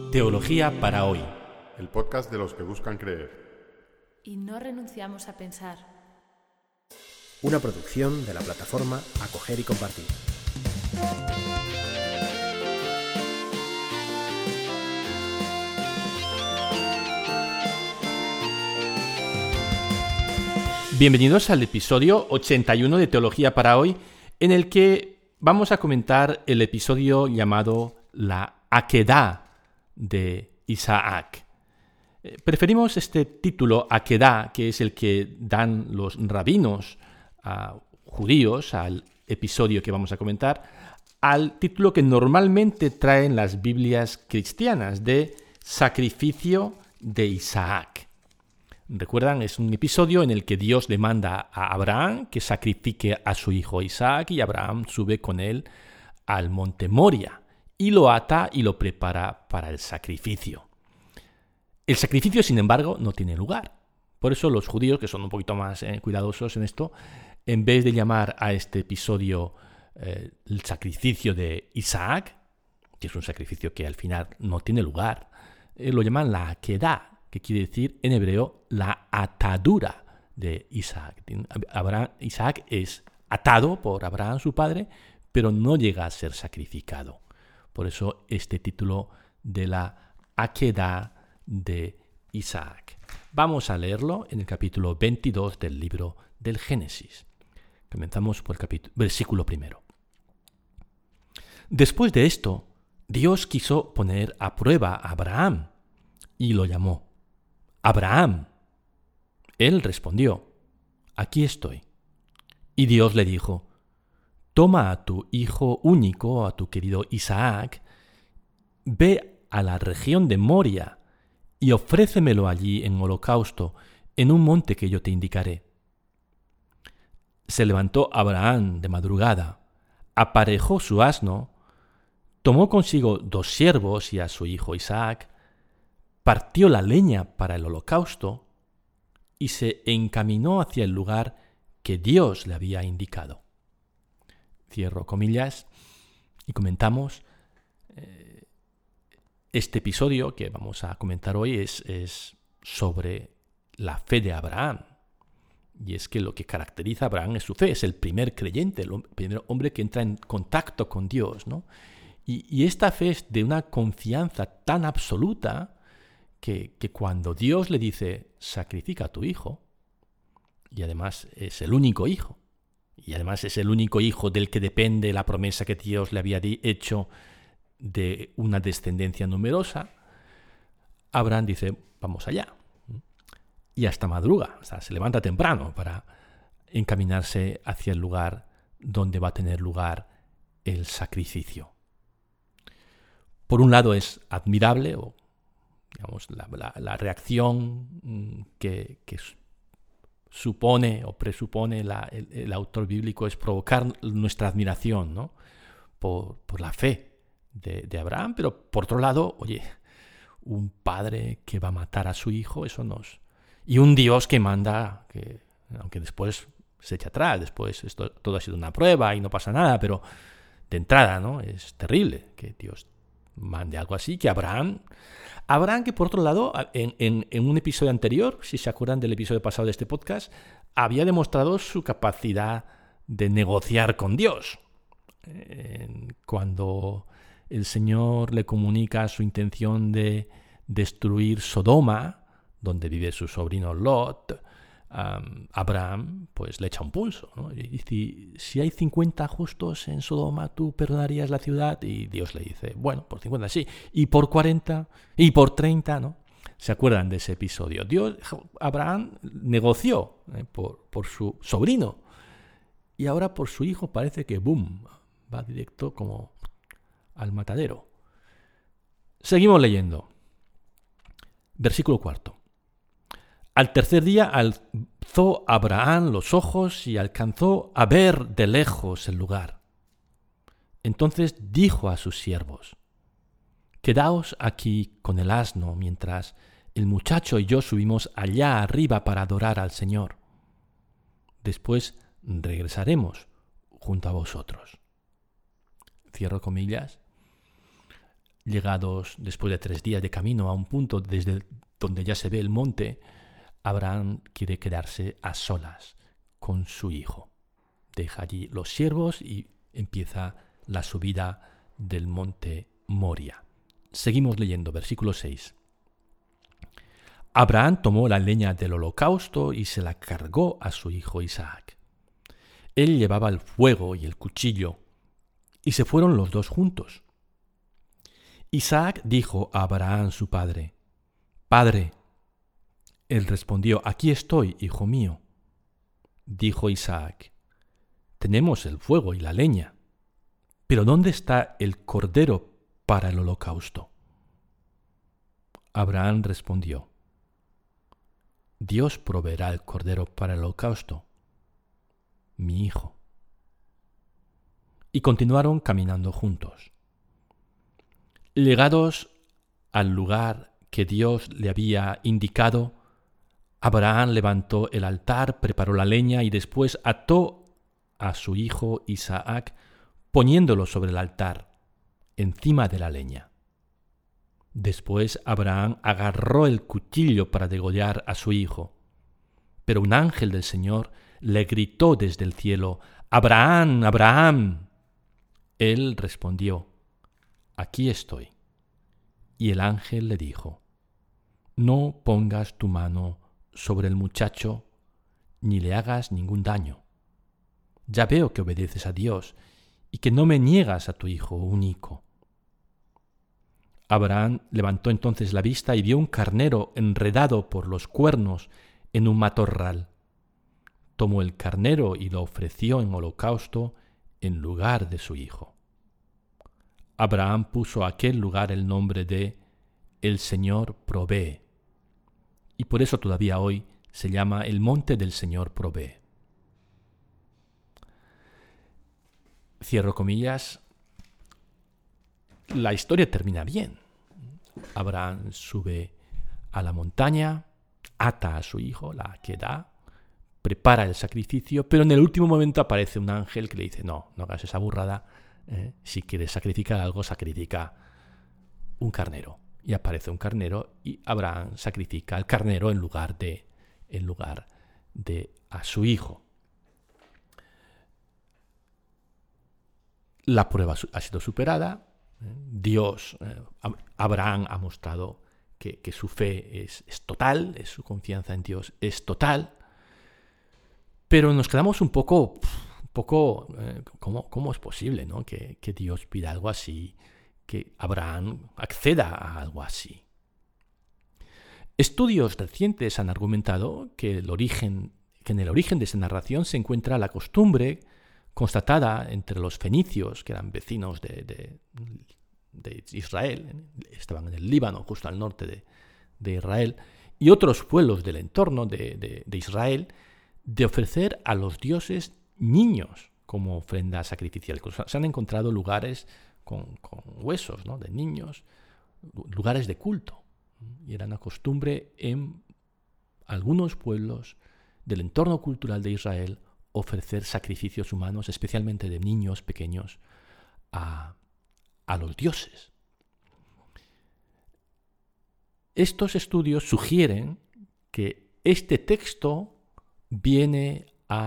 Teología para hoy. El podcast de los que buscan creer. Y no renunciamos a pensar. Una producción de la plataforma Acoger y Compartir. Bienvenidos al episodio 81 de Teología para hoy, en el que vamos a comentar el episodio llamado La Akedah de Isaac. Preferimos este título, Akedah, que es el que dan los rabinos judíos al episodio que vamos a comentar, al título que normalmente traen las Biblias cristianas de Sacrificio de Isaac. Recuerdan, es un episodio en el que Dios le manda a Abraham que sacrifique a su hijo Isaac y Abraham sube con él al monte Moria y lo ata y lo prepara para el sacrificio. El sacrificio, sin embargo, no tiene lugar. Por eso los judíos, que son un poquito más cuidadosos en esto, en vez de llamar a este episodio el sacrificio de Isaac, que es un sacrificio que al final no tiene lugar, lo llaman la Akedah, que quiere decir en hebreo la atadura de Isaac. Isaac es atado por Abraham, su padre, pero no llega a ser sacrificado. Por eso este título de la Akedah de Isaac. Vamos a leerlo en el capítulo 22 del libro del Génesis. Comenzamos por el versículo 1. Después de esto, Dios quiso poner a prueba a Abraham y lo llamó. Abraham. Él respondió, aquí estoy. Y Dios le dijo, toma a tu hijo único, a tu querido Isaac, ve a la región de Moria y ofrécemelo allí en holocausto, en un monte que yo te indicaré. Se levantó Abraham de madrugada, aparejó su asno, tomó consigo 2 siervos y a su hijo Isaac, partió la leña para el holocausto y se encaminó hacia el lugar que Dios le había indicado. Cierro comillas y comentamos. Este episodio que vamos a comentar hoy es sobre la fe de Abraham. Y es que lo que caracteriza a Abraham es su fe, es el primer creyente, el primer hombre que entra en contacto con Dios, ¿no? Y esta fe es de una confianza tan absoluta que cuando Dios le dice, sacrifica a tu hijo, y además es el único hijo, y además es el único hijo del que depende la promesa que Dios le había hecho de una descendencia numerosa, Abraham dice, vamos allá. Y hasta madruga, o sea, se levanta temprano para encaminarse hacia el lugar donde va a tener lugar el sacrificio. Por un lado es admirable, o digamos, la reacción que supone o presupone el autor bíblico es provocar nuestra admiración, ¿no? por la fe de Abraham, pero por otro lado, oye, un padre que va a matar a su hijo, y un Dios que manda, que aunque después se echa atrás, después esto todo ha sido una prueba y no pasa nada, pero de entrada, ¿no? Es terrible que Dios mande algo así, que Abraham, que por otro lado, en un episodio anterior, si se acuerdan del episodio pasado de este podcast, había demostrado su capacidad de negociar con Dios. Cuando el Señor le comunica su intención de destruir Sodoma, donde vive su sobrino Lot, Abraham pues le echa un pulso, ¿no? Y dice, si hay 50 justos en Sodoma, ¿tú perdonarías la ciudad? Y Dios le dice, bueno, por 50 sí, y por 40, y por 30, ¿no? ¿Se acuerdan de ese episodio? Abraham negoció por su sobrino, y ahora por su hijo parece que, ¡boom!, va directo como al matadero. Seguimos leyendo. Versículo 4. Al tercer día alzó Abraham los ojos y alcanzó a ver de lejos el lugar. Entonces dijo a sus siervos, quedaos aquí con el asno mientras el muchacho y yo subimos allá arriba para adorar al Señor. Después regresaremos junto a vosotros. Cierro comillas. Llegados después de 3 días de camino a un punto desde donde ya se ve el monte, Abraham quiere quedarse a solas con su hijo. Deja allí los siervos y empieza la subida del monte Moria. Seguimos leyendo, versículo 6. Abraham tomó la leña del holocausto y se la cargó a su hijo Isaac. Él llevaba el fuego y el cuchillo, y se fueron los dos juntos. Isaac dijo a Abraham su padre: «Padre». Él respondió: «Aquí estoy, hijo mío». Dijo Isaac: «Tenemos el fuego y la leña, pero ¿dónde está el cordero para el holocausto?» Abraham respondió: «Dios proveerá el cordero para el holocausto, mi hijo». Y continuaron caminando juntos. Llegados al lugar que Dios le había indicado, Abraham levantó el altar, preparó la leña y después ató a su hijo Isaac, poniéndolo sobre el altar, encima de la leña. Después Abraham agarró el cuchillo para degollar a su hijo. Pero un ángel del Señor le gritó desde el cielo: «¡Abraham, Abraham!». Él respondió: «Aquí estoy». Y el ángel le dijo: «No pongas tu mano sobre el muchacho, ni le hagas ningún daño. Ya veo que obedeces a Dios y que no me niegas a tu hijo único». Abraham levantó entonces la vista y vio un carnero enredado por los cuernos en un matorral. Tomó el carnero y lo ofreció en holocausto en lugar de su hijo. Abraham puso a aquel lugar el nombre de «El Señor provee», y por eso todavía hoy se llama el monte del Señor provee. Cierro comillas. La historia termina bien. Abraham sube a la montaña, ata a su hijo, la Akedah, prepara el sacrificio, pero en el último momento aparece un ángel que le dice: no hagas esa burrada, si quieres sacrificar algo, sacrifica un carnero. Y aparece un carnero y Abraham sacrifica el carnero en lugar de a su hijo. La prueba ha sido superada. Abraham ha mostrado que su fe es total, su confianza en Dios es total, pero nos quedamos un poco ¿cómo es posible, ¿no? que Dios pida algo así, que Abraham acceda a algo así? Estudios recientes han argumentado que en el origen de esa narración se encuentra la costumbre constatada entre los fenicios, que eran vecinos de Israel, estaban en el Líbano, justo al norte de Israel, y otros pueblos del entorno de Israel, de ofrecer a los dioses niños como ofrenda sacrificial. Se han encontrado lugares con huesos, ¿no?, de niños, lugares de culto. Y era una costumbre en algunos pueblos del entorno cultural de Israel ofrecer sacrificios humanos, especialmente de niños pequeños, a los dioses. Estos estudios sugieren que este texto viene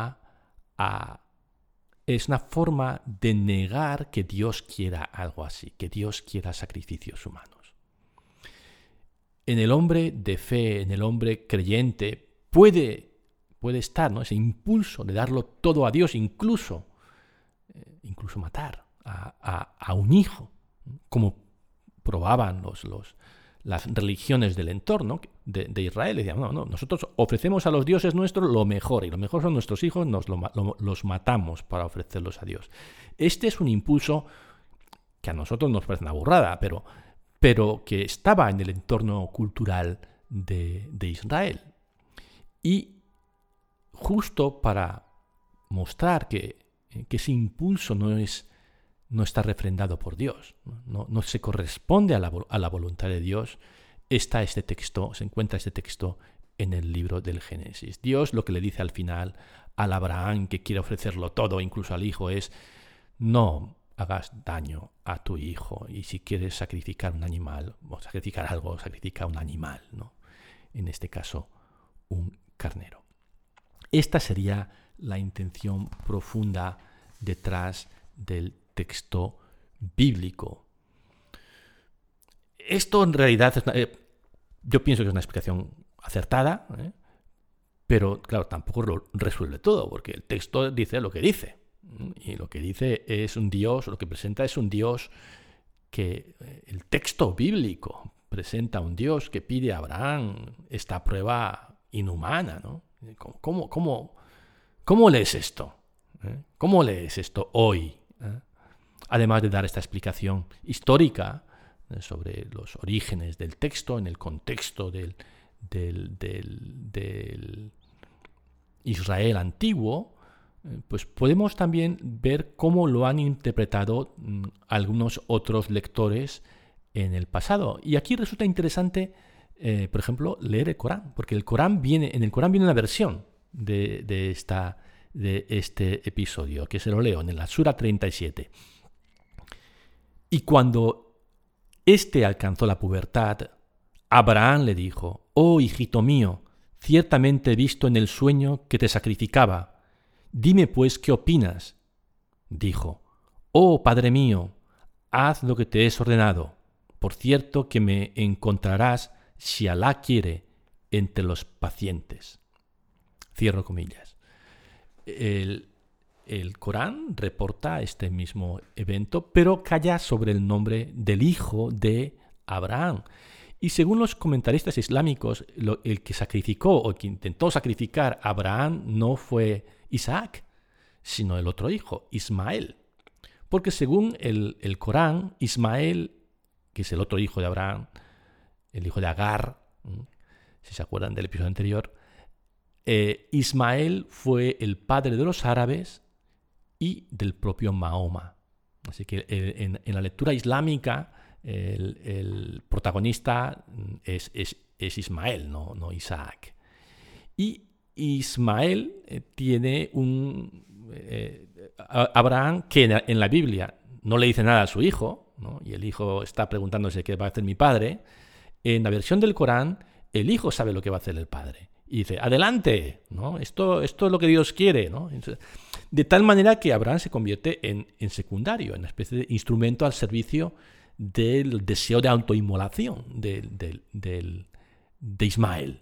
es una forma de negar que Dios quiera algo así, que Dios quiera sacrificios humanos. En el hombre de fe, en el hombre creyente, puede estar, ¿no?, ese impulso de darlo todo a Dios, incluso matar a un hijo, como probaban las religiones del entorno de Israel. Decían: no, nosotros ofrecemos a los dioses nuestros lo mejor, y lo mejor son nuestros hijos, los matamos para ofrecerlos a Dios. Este es un impulso que a nosotros nos parece una burrada, pero que estaba en el entorno cultural de Israel. Y justo para mostrar que ese impulso no está refrendado por Dios, no se corresponde a la voluntad de Dios, se encuentra este texto en el libro del Génesis. Dios lo que le dice al final al Abraham, que quiere ofrecerlo todo, incluso al hijo, es: no hagas daño a tu hijo, y si quieres sacrificar un animal o sacrificar algo, sacrifica un animal, ¿no? En este caso, un carnero. Esta sería la intención profunda detrás del texto bíblico. Esto en realidad yo pienso que es una explicación acertada, pero claro, tampoco lo resuelve todo, porque el texto dice lo que dice. Y lo que dice es un Dios, lo que presenta es un Dios que el texto bíblico presenta un Dios que pide a Abraham esta prueba inhumana, ¿no? ¿Cómo lees esto? ¿Cómo lees esto hoy? Además de dar esta explicación histórica sobre los orígenes del texto en el contexto del Israel antiguo, pues podemos también ver cómo lo han interpretado algunos otros lectores en el pasado. Y aquí resulta interesante, por ejemplo, leer el Corán, porque en el Corán viene una versión de este episodio, que se lo leo en la Sura 37. Y cuando éste alcanzó la pubertad, Abraham le dijo: «Oh, hijito mío, ciertamente he visto en el sueño que te sacrificaba. Dime pues qué opinas». Dijo: «Oh, padre mío, haz lo que te he ordenado. Por cierto que me encontrarás, si Alá quiere, entre los pacientes». Cierro comillas. El Corán reporta este mismo evento, pero calla sobre el nombre del hijo de Abraham. Y según los comentaristas islámicos, el que sacrificó o el que intentó sacrificar a Abraham no fue Isaac, sino el otro hijo, Ismael. Porque según el Corán, Ismael, que es el otro hijo de Abraham, el hijo de Agar, si se acuerdan del episodio anterior, Ismael fue el padre de los árabes y del propio Mahoma. Así que en la lectura islámica el protagonista es Ismael, no Isaac. Y Ismael tiene Abraham, que en la Biblia no le dice nada a su hijo, ¿no? Y el hijo está preguntándose qué va a hacer mi padre. En la versión del Corán, el hijo sabe lo que va a hacer el padre. Y dice: «Adelante, ¿no? Esto es lo que Dios quiere», ¿no? De tal manera que Abraham se convierte en secundario, en una especie de instrumento al servicio del deseo de autoinmolación de Ismael.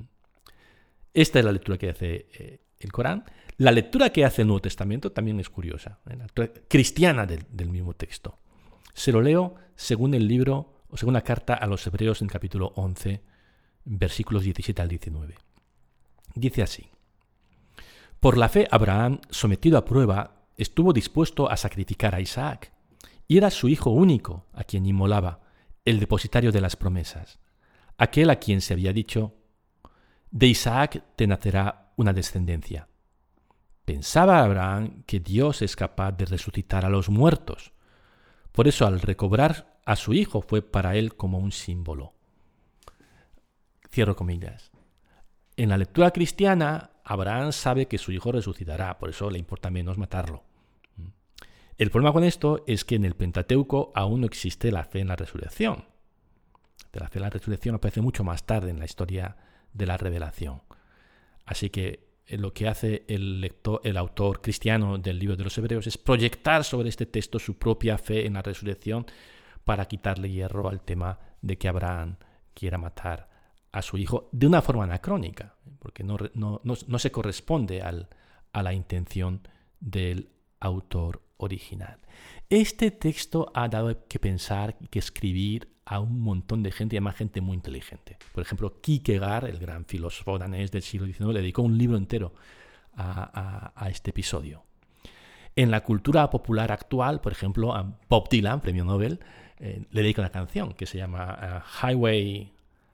Esta es la lectura que hace el Corán. La lectura que hace el Nuevo Testamento también es curiosa, la lectura cristiana del mismo texto. Se lo leo según el libro, o según la carta a los Hebreos en capítulo 11, versículos 17 al 19. Dice así: «Por la fe Abraham, sometido a prueba, estuvo dispuesto a sacrificar a Isaac, y era su hijo único a quien inmolaba, el depositario de las promesas, aquel a quien se había dicho: de Isaac te nacerá una descendencia. Pensaba Abraham que Dios es capaz de resucitar a los muertos. Por eso, al recobrar a su hijo, fue para él como un símbolo». Cierro comillas. En la lectura cristiana, Abraham sabe que su hijo resucitará, por eso le importa menos matarlo. El problema con esto es que en el Pentateuco aún no existe la fe en la resurrección. La fe en la resurrección aparece mucho más tarde en la historia de la revelación. Así que lo que hace el autor cristiano del libro de los Hebreos es proyectar sobre este texto su propia fe en la resurrección para quitarle hierro al tema de que Abraham quiera matar a su hijo de una forma anacrónica, porque no se corresponde a la intención del autor original. Este texto ha dado que pensar y que escribir a un montón de gente, y además gente muy inteligente. Por ejemplo, Kierkegaard, el gran filósofo danés del siglo XIX, le dedicó un libro entero a este episodio. En la cultura popular actual, por ejemplo, a Bob Dylan, premio Nobel, le dedica una canción que se llama Highway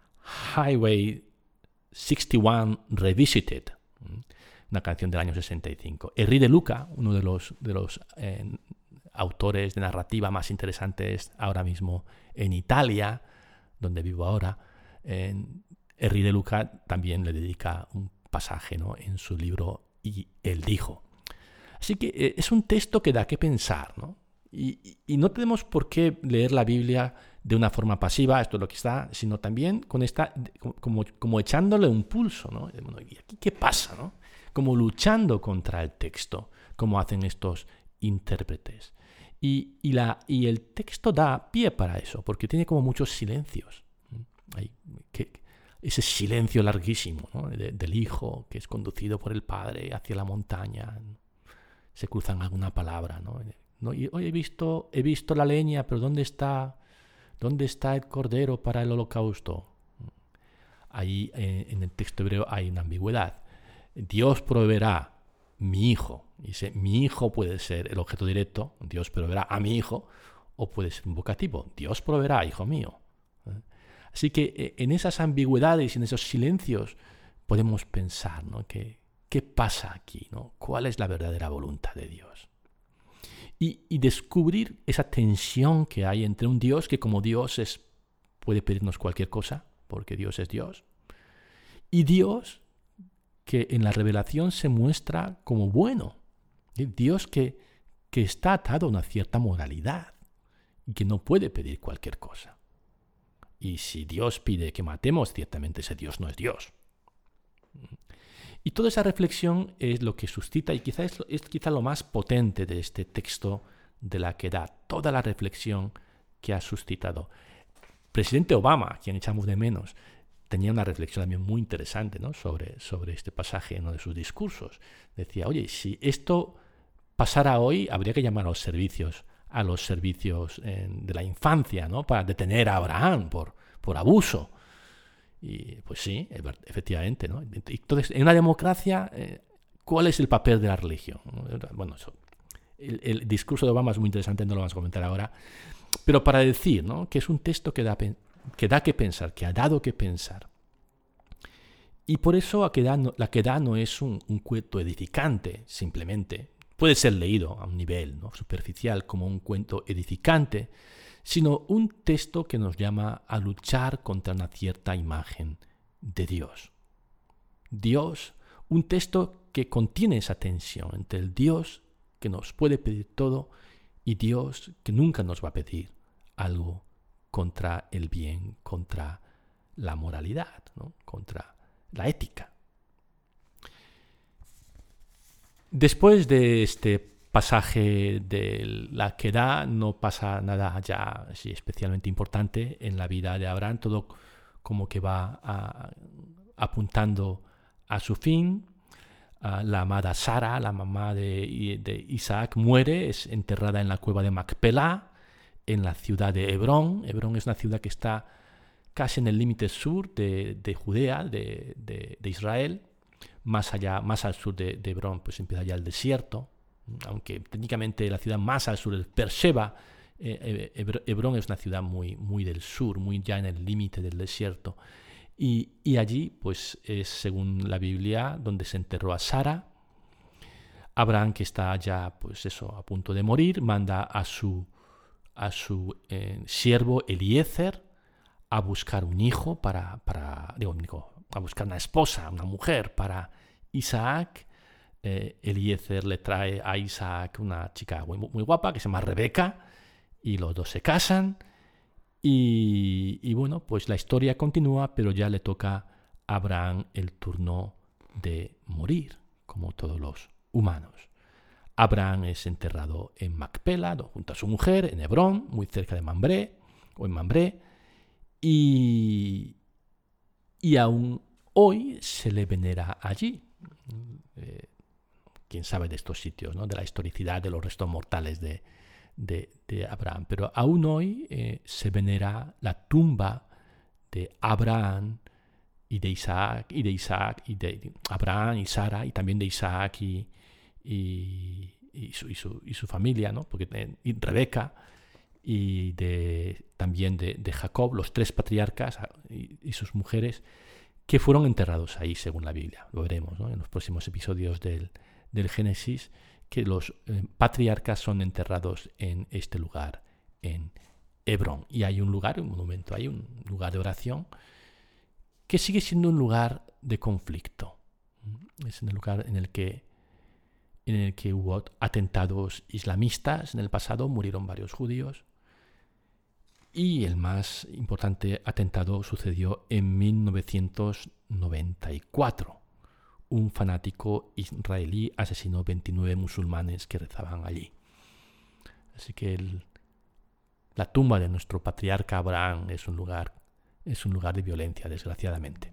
61 Revisited, una canción del año 65. Henri de Luca, uno de los autores de narrativa más interesantes ahora mismo en Italia, donde vivo ahora, Henri de Luca también le dedica un pasaje, ¿no?, en su libro Y él dijo. Así que es un texto que da que pensar, ¿no? Y no tenemos por qué leer la Biblia de una forma pasiva, esto es lo que está, sino también con como echándole un pulso, ¿no? Bueno, ¿y aquí qué pasa, no? Como luchando contra el texto, como hacen estos intérpretes. Y el texto da pie para eso, porque tiene como muchos silencios. Ese silencio larguísimo, ¿no? Del hijo que es conducido por el padre hacia la montaña. Se cruzan alguna palabra, ¿no? Y hoy he visto la leña, pero ¿dónde está el cordero para el holocausto? Ahí en el texto hebreo hay una ambigüedad. Dios proveerá mi hijo. Dice, mi hijo puede ser el objeto directo, Dios proveerá a mi hijo, o puede ser un vocativo, Dios proveerá, hijo mío. Así que en esas ambigüedades y en esos silencios podemos pensar, ¿no? ¿Qué pasa aquí, ¿no? ¿Cuál es la verdadera voluntad de Dios? Y descubrir esa tensión que hay entre un Dios que como Dios puede pedirnos cualquier cosa, porque Dios es Dios, y Dios que en la revelación se muestra como bueno. Dios que está atado a una cierta moralidad y que no puede pedir cualquier cosa. Y si Dios pide que matemos, ciertamente ese Dios no es Dios. Y toda esa reflexión es lo que suscita, y quizá es quizá lo más potente de este texto de la Akedah, toda la reflexión que ha suscitado. Presidente Obama, a quien echamos de menos, tenía una reflexión también muy interesante, ¿no? sobre este pasaje en uno de sus discursos. Decía, oye, si esto pasara hoy, habría que llamar a los servicios de la infancia, ¿no? Para detener a Abraham por abuso. Y pues sí, efectivamente, ¿no? Entonces, en una democracia, ¿cuál es el papel de la religión? Bueno, el discurso de Obama es muy interesante, no lo vamos a comentar ahora, pero para decir, ¿no? Que es un texto que da que pensar, que ha dado que pensar. Y por eso la Akedah no es un cuento edificante, simplemente. Puede ser leído a un nivel, ¿no? superficial como un cuento edificante, sino un texto que nos llama a luchar contra una cierta imagen de Dios. Dios, un texto que contiene esa tensión entre el Dios que nos puede pedir todo y Dios que nunca nos va a pedir algo contra el bien, contra la moralidad, ¿no? Contra la ética. Después de este pasaje de la Akedah no pasa nada ya así especialmente importante en la vida de Abraham, todo como que va apuntando a su fin. La amada Sara, la mamá de Isaac, muere, es enterrada en la cueva de Macpela, en la ciudad de Hebrón. Hebrón es una ciudad que está casi en el límite sur de Judea, de Israel. Más al sur de Hebrón, pues empieza ya el desierto, aunque técnicamente la ciudad más al sur es Beersheba. Hebrón es una ciudad muy, muy del sur, muy ya en el límite del desierto. Y allí, pues es según la Biblia, donde se enterró a Sara. Abraham, que está ya, pues eso, a punto de morir, manda a su siervo Eliezer a buscar un hijo a buscar una esposa, una mujer para Isaac. Eliezer le trae a Isaac una chica muy, muy guapa que se llama Rebeca y los dos se casan y bueno, pues la historia continúa, pero ya le toca a Abraham el turno de morir, como todos los humanos. Abraham es enterrado en Macpela junto a su mujer, en Hebrón, muy cerca de Mambré, y aún hoy se le venera allí. Quién sabe de estos sitios, ¿no? De la historicidad de los restos mortales de Abraham. Pero aún hoy se venera la tumba de Abraham y de Isaac, y de Abraham y Sara, y también de Isaac y su familia, ¿no? Porque y Rebeca, y también de Jacob, los tres patriarcas y sus mujeres, que fueron enterrados ahí, según la Biblia. Lo veremos, ¿no? En los próximos episodios del Génesis, que los patriarcas son enterrados en este lugar, en Hebrón. Y hay un monumento, hay un lugar de oración que sigue siendo un lugar de conflicto. Es un lugar en el que en el que hubo atentados islamistas en el pasado, murieron varios judíos. Y el más importante atentado sucedió en 1994. Un fanático israelí asesinó 29 musulmanes que rezaban allí. Así que la tumba de nuestro patriarca Abraham es un lugar de violencia, desgraciadamente.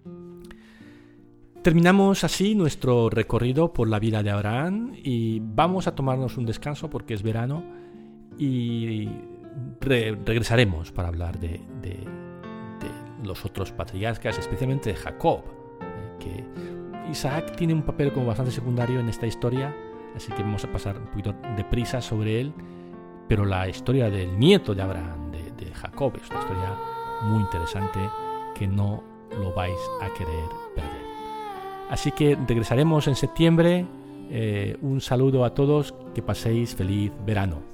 Terminamos así nuestro recorrido por la vida de Abraham y vamos a tomarnos un descanso porque es verano y regresaremos para hablar de los otros patriarcas, especialmente de Jacob, que Isaac tiene un papel como bastante secundario en esta historia, así que vamos a pasar un poquito de prisa sobre él, pero la historia del nieto de Abraham, de Jacob, es una historia muy interesante que no lo vais a querer perder. Así que regresaremos en septiembre. Un saludo a todos, que paséis feliz verano.